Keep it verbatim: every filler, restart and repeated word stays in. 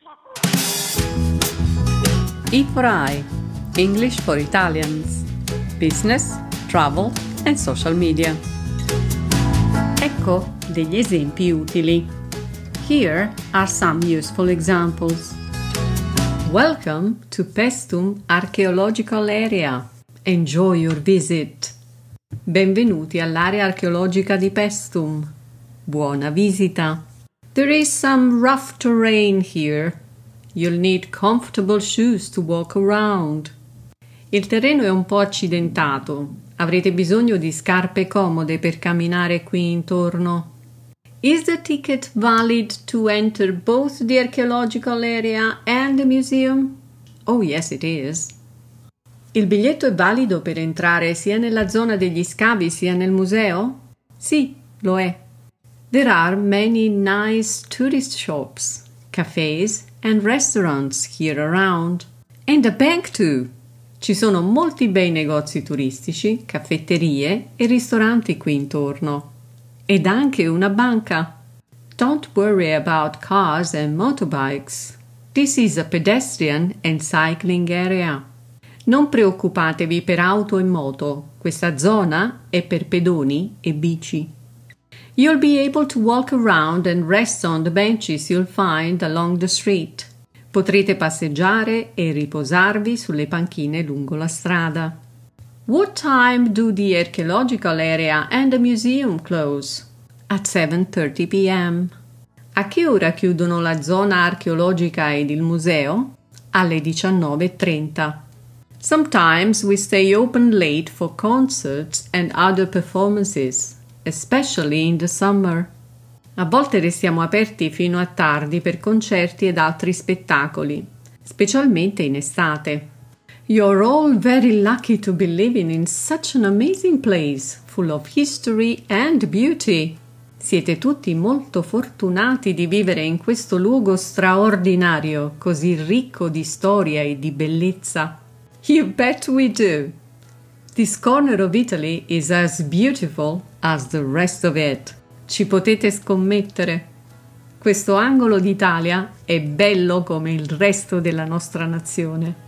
E for I, English for Italians, Business, Travel and Social Media. Ecco degli esempi utili. Here are some useful examples. Welcome to Paestum Archaeological Area. Enjoy your visit. Benvenuti all'area archeologica di Paestum. Buona visita. There is some rough terrain here. You'll need comfortable shoes to walk around. Il terreno è un po' accidentato. Avrete bisogno di scarpe comode per camminare qui intorno. Is the ticket valid to enter both the archaeological area and the museum? Oh yes, it is. Il biglietto è valido per entrare sia nella zona degli scavi sia nel museo? Sì, lo è. There are many nice tourist shops, cafes and restaurants here around. And a bank too. Ci sono molti bei negozi turistici, caffetterie e ristoranti qui intorno. Ed anche una banca. Don't worry about cars and motorbikes. This is a pedestrian and cycling area. Non preoccupatevi per auto e moto. Questa zona è per pedoni e bici. You'll be able to walk around and rest on the benches you'll find along the street. Potrete passeggiare e riposarvi sulle panchine lungo la strada. What time do the archaeological area and the museum close? At seven thirty p m A che ora chiudono la zona archeologica ed il museo? Alle diciannove e trenta. Sometimes we stay open late for concerts and other performances, especially in the summer. A volte restiamo aperti fino a tardi per concerti ed altri spettacoli, specialmente in estate. You're all very lucky to be living in such an amazing place, full of history and beauty. Siete tutti molto fortunati di vivere in questo luogo straordinario, così ricco di storia e di bellezza. You bet we do. This corner of Italy is as beautiful as the rest of it. Ci potete scommettere. Questo angolo d'Italia è bello come il resto della nostra nazione.